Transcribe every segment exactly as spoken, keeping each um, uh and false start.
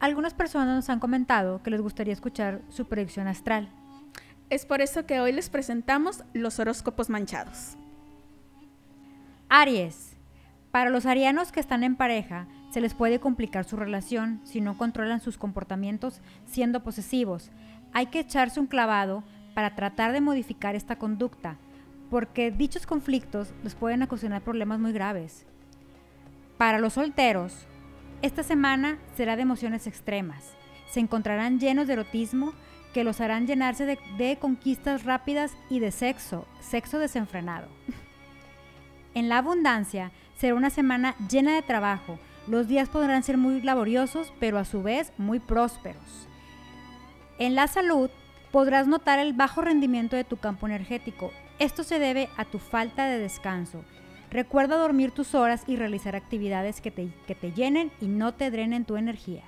Algunas personas nos han comentado que les gustaría escuchar su predicción astral. Es por eso que hoy les presentamos los horóscopos manchados. Aries. Para los arianos que están en pareja, se les puede complicar su relación si no controlan sus comportamientos siendo posesivos. Hay que echarse un clavado para tratar de modificar esta conducta, porque dichos conflictos les pueden ocasionar problemas muy graves. Para los solteros, esta semana será de emociones extremas. Se encontrarán llenos de erotismo que los harán llenarse de, de conquistas rápidas y de sexo, sexo desenfrenado. En la abundancia, será una semana llena de trabajo. Los días podrán ser muy laboriosos, pero a su vez muy prósperos. En la salud, podrás notar el bajo rendimiento de tu campo energético. Esto se debe a tu falta de descanso. Recuerda dormir tus horas y realizar actividades que te, que te llenen y no te drenen tu energía.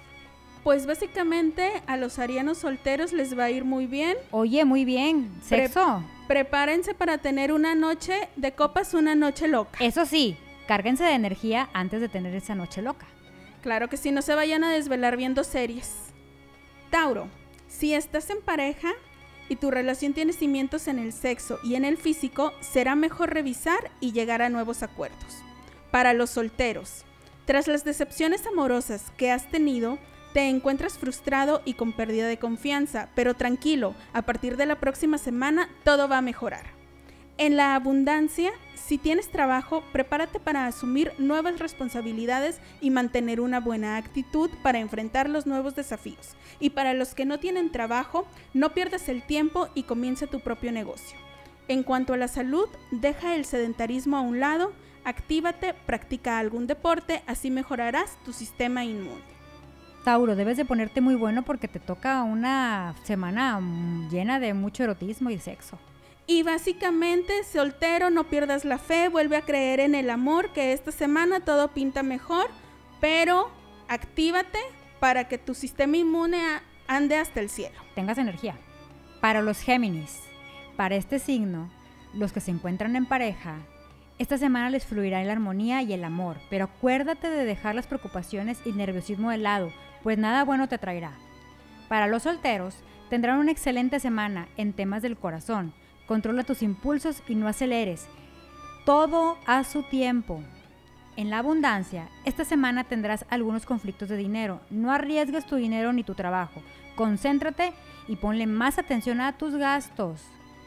Pues básicamente a los arianos solteros les va a ir muy bien. Oye, muy bien. ¿Sexo? Pre- prepárense para tener una noche de copas, una noche loca. Eso sí, cárguense de energía antes de tener esa noche loca. Claro que sí, no se vayan a desvelar viendo series. Tauro, si estás en pareja y tu relación tiene cimientos en el sexo y en el físico, será mejor revisar y llegar a nuevos acuerdos. Para los solteros, tras las decepciones amorosas que has tenido, te encuentras frustrado y con pérdida de confianza, pero tranquilo, a partir de la próxima semana todo va a mejorar. En la abundancia, si tienes trabajo, prepárate para asumir nuevas responsabilidades y mantener una buena actitud para enfrentar los nuevos desafíos. Y para los que no tienen trabajo, no pierdas el tiempo y comienza tu propio negocio. En cuanto a la salud, deja el sedentarismo a un lado, actívate, practica algún deporte, así mejorarás tu sistema inmune. Tauro, debes de ponerte muy bueno porque te toca una semana llena de mucho erotismo y sexo. Y básicamente, soltero, no pierdas la fe, vuelve a creer en el amor, que esta semana todo pinta mejor, pero actívate para que tu sistema inmune ande hasta el cielo. Tengas energía. Para los Géminis, para este signo, los que se encuentran en pareja, esta semana les fluirá la armonía y el amor, pero acuérdate de dejar las preocupaciones y nerviosismo de lado, pues nada bueno te traerá. Para los solteros, tendrán una excelente semana en temas del corazón. Controla tus impulsos y no aceleres. Todo a su tiempo. En la abundancia, esta semana tendrás algunos conflictos de dinero. No arriesgues tu dinero ni tu trabajo. Concéntrate y ponle más atención a tus gastos.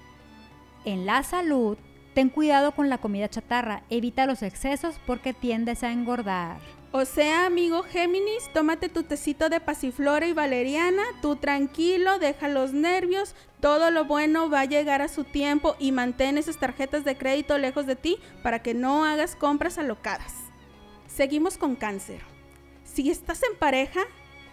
En la salud, ten cuidado con la comida chatarra. Evita los excesos porque tiendes a engordar. O sea, amigo Géminis, tómate tu tecito de pasiflora y valeriana, tú tranquilo, deja los nervios, todo lo bueno va a llegar a su tiempo y mantén esas tarjetas de crédito lejos de ti para que no hagas compras alocadas. Seguimos con Cáncer. Si estás en pareja,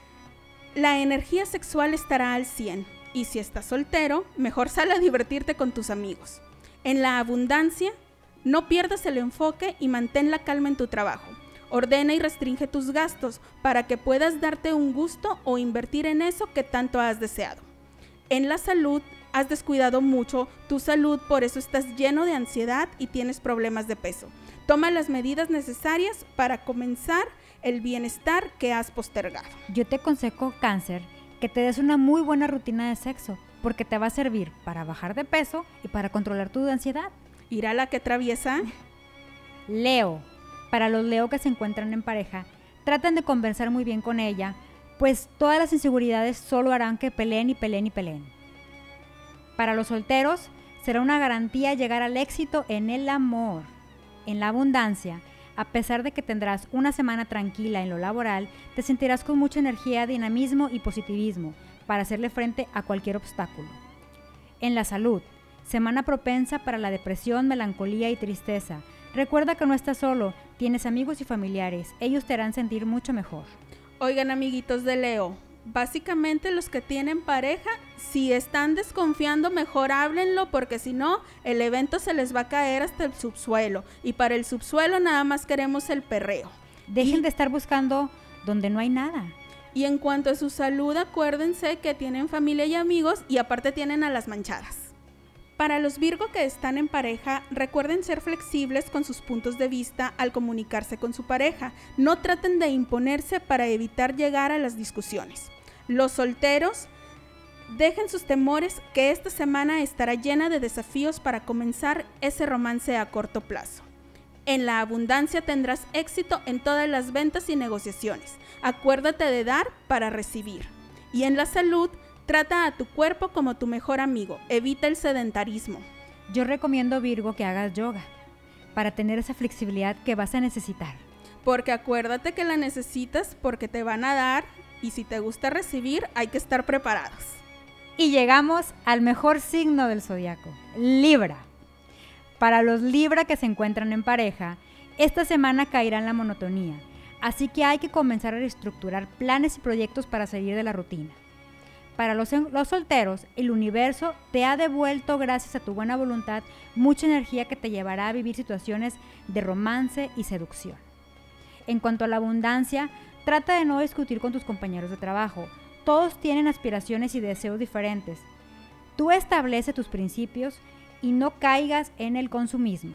la energía sexual estará al cien y si estás soltero, mejor sal a divertirte con tus amigos. En la abundancia, no pierdas el enfoque y mantén la calma en tu trabajo. Ordena y restringe tus gastos para que puedas darte un gusto o invertir en eso que tanto has deseado. En la salud, has descuidado mucho tu salud, por eso estás lleno de ansiedad y tienes problemas de peso. Toma las medidas necesarias para comenzar el bienestar que has postergado. Yo te aconsejo, Cáncer, que te des una muy buena rutina de sexo, porque te va a servir para bajar de peso y para controlar tu ansiedad. ¿Irá la que atraviesa? Leo. Para los Leo que se encuentran en pareja, traten de conversar muy bien con ella, pues todas las inseguridades solo harán que peleen y peleen y peleen. Para los solteros, será una garantía llegar al éxito en el amor. En la abundancia, a pesar de que tendrás una semana tranquila en lo laboral, te sentirás con mucha energía, dinamismo y positivismo para hacerle frente a cualquier obstáculo. En la salud, semana propensa para la depresión, melancolía y tristeza. Recuerda que no estás solo, tienes amigos y familiares, ellos te harán sentir mucho mejor. Oigan, amiguitos de Leo, básicamente los que tienen pareja, si están desconfiando, mejor háblenlo, porque si no, el evento se les va a caer hasta el subsuelo, y para el subsuelo nada más queremos el perreo. Dejen y, de estar buscando donde no hay nada. Y en cuanto a su salud, acuérdense que tienen familia y amigos, y aparte tienen a las manchadas. Para los Virgo que están en pareja, recuerden ser flexibles con sus puntos de vista al comunicarse con su pareja. No traten de imponerse para evitar llegar a las discusiones. Los solteros, dejen sus temores, que esta semana estará llena de desafíos para comenzar ese romance a corto plazo. En la abundancia tendrás éxito en todas las ventas y negociaciones. Acuérdate de dar para recibir. Y en la salud, trata a tu cuerpo como tu mejor amigo. Evita el sedentarismo. Yo recomiendo, Virgo, que hagas yoga para tener esa flexibilidad que vas a necesitar. Porque acuérdate que la necesitas porque te van a dar, y si te gusta recibir, hay que estar preparados. Y llegamos al mejor signo del zodiaco, Libra. Para los Libra que se encuentran en pareja, esta semana caerá en la monotonía, así que hay que comenzar a reestructurar planes y proyectos para salir de la rutina. Para los, los solteros, el universo te ha devuelto, gracias a tu buena voluntad, mucha energía que te llevará a vivir situaciones de romance y seducción. En cuanto a la abundancia, trata de no discutir con tus compañeros de trabajo. Todos tienen aspiraciones y deseos diferentes. Tú establece tus principios y no caigas en el consumismo.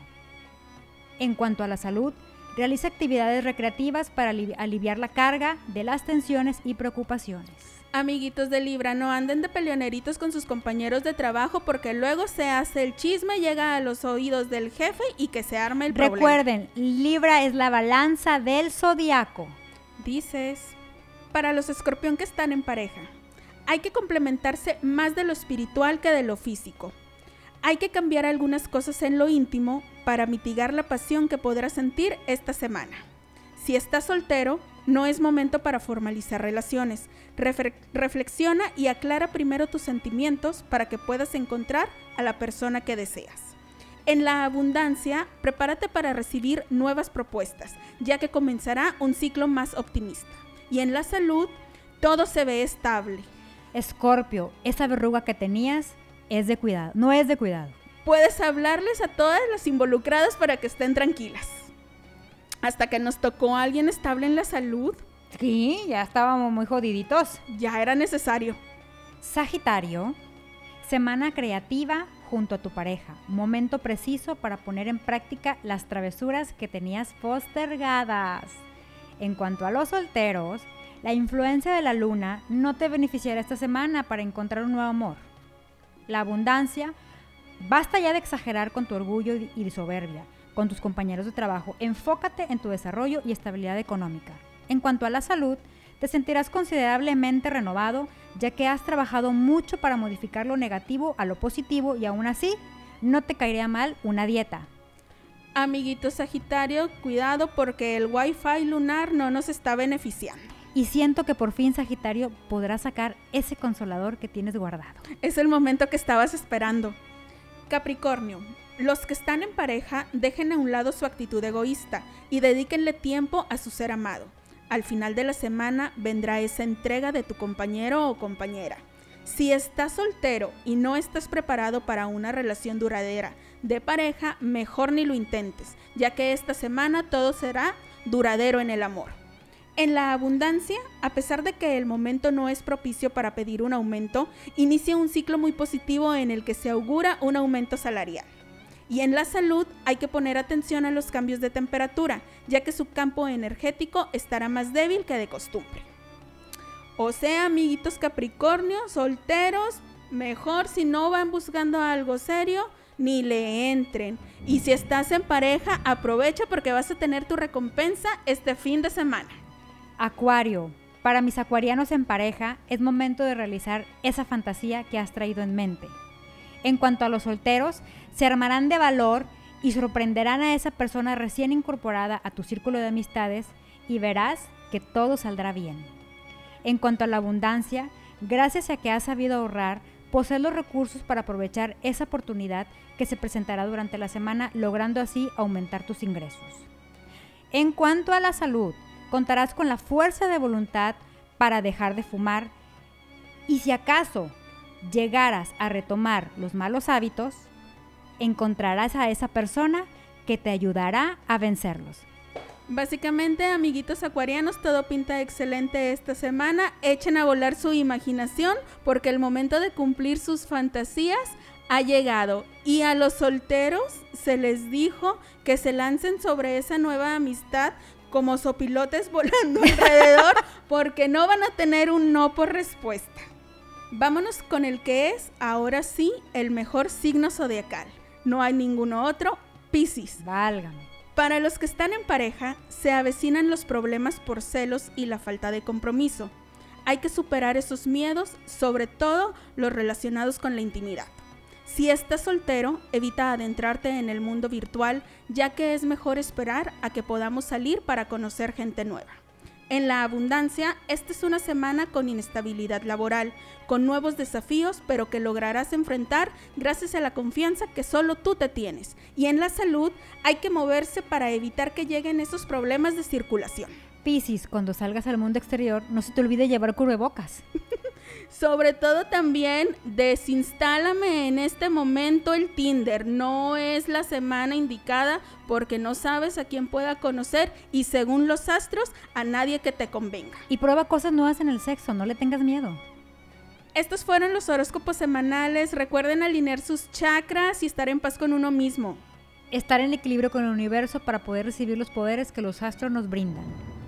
En cuanto a la salud, realiza actividades recreativas para alivi- aliviar la carga de las tensiones y preocupaciones. Amiguitos de Libra, no anden de peleoneritos con sus compañeros de trabajo porque luego se hace el chisme, llega a los oídos del jefe y que se arme el problema. Recuerden, Libra es la balanza del zodiaco. Dices, para los Escorpión que están en pareja, hay que complementarse más de lo espiritual que de lo físico. Hay que cambiar algunas cosas en lo íntimo para mitigar la pasión que podrás sentir esta semana. Si estás soltero, no es momento para formalizar relaciones. Refre- reflexiona y aclara primero tus sentimientos para que puedas encontrar a la persona que deseas. En la abundancia, prepárate para recibir nuevas propuestas, ya que comenzará un ciclo más optimista. Y en la salud, todo se ve estable. Escorpio, esa verruga que tenías es de cuidado, no es de cuidado. Puedes hablarles a todas las involucradas para que estén tranquilas. Hasta que nos tocó a alguien estable en la salud. Sí, ya estábamos muy jodiditos. Ya era necesario. Sagitario, semana creativa junto a tu pareja. Momento preciso para poner en práctica las travesuras que tenías postergadas. En cuanto a los solteros, la influencia de la luna no te beneficiará esta semana para encontrar un nuevo amor. La abundancia, basta ya de exagerar con tu orgullo y soberbia con tus compañeros de trabajo. Enfócate en tu desarrollo y estabilidad económica. En cuanto a la salud, te sentirás considerablemente renovado, ya que has trabajado mucho para modificar lo negativo a lo positivo y aún así no te caería mal una dieta. Amiguito Sagitario, cuidado porque el Wi-Fi lunar no nos está beneficiando. Y siento que por fin, Sagitario, podrás sacar ese consolador que tienes guardado. Es el momento que estabas esperando. Capricornio, los que están en pareja dejen a un lado su actitud egoísta y dedíquenle tiempo a su ser amado. Al final de la semana vendrá esa entrega de tu compañero o compañera. Si estás soltero y no estás preparado para una relación duradera de pareja, mejor ni lo intentes, ya que esta semana todo será duradero en el amor. En la abundancia, a pesar de que el momento no es propicio para pedir un aumento, inicia un ciclo muy positivo en el que se augura un aumento salarial. Y en la salud hay que poner atención a los cambios de temperatura, ya que su campo energético estará más débil que de costumbre. O sea, amiguitos Capricornio, solteros, mejor si no van buscando algo serio, ni le entren. Y si estás en pareja, aprovecha porque vas a tener tu recompensa este fin de semana. Acuario, para mis acuarianos en pareja, es momento de realizar esa fantasía que has traído en mente. En cuanto a los solteros, se armarán de valor y sorprenderán a esa persona recién incorporada a tu círculo de amistades y verás que todo saldrá bien. En cuanto a la abundancia, gracias a que has sabido ahorrar, posees los recursos para aprovechar esa oportunidad que se presentará durante la semana, logrando así aumentar tus ingresos. En cuanto a la salud, contarás con la fuerza de voluntad para dejar de fumar y si acaso llegaras a retomar los malos hábitos, encontrarás a esa persona que te ayudará a vencerlos. Básicamente, amiguitos acuarianos, todo pinta excelente esta semana. Echen a volar su imaginación porque el momento de cumplir sus fantasías ha llegado, y a los solteros se les dijo que se lancen sobre esa nueva amistad como sopilotes volando alrededor, porque no van a tener un no por respuesta. Vámonos con el que es, ahora sí, el mejor signo zodiacal. No hay ninguno otro, Piscis. Válgame. Para los que están en pareja, se avecinan los problemas por celos y la falta de compromiso. Hay que superar esos miedos, sobre todo los relacionados con la intimidad. Si estás soltero, evita adentrarte en el mundo virtual, ya que es mejor esperar a que podamos salir para conocer gente nueva. En la abundancia, esta es una semana con inestabilidad laboral, con nuevos desafíos, pero que lograrás enfrentar gracias a la confianza que solo tú te tienes. Y en la salud, hay que moverse para evitar que lleguen esos problemas de circulación. Piscis, cuando salgas al mundo exterior, no se te olvide llevar cubrebocas. Sobre todo también, desinstálame en este momento el Tinder. No es la semana indicada porque no sabes a quién pueda conocer y según los astros, a nadie que te convenga. Y prueba cosas nuevas en el sexo, no le tengas miedo. Estos fueron los horóscopos semanales. Recuerden alinear sus chakras y estar en paz con uno mismo. Estar en equilibrio con el universo para poder recibir los poderes que los astros nos brindan.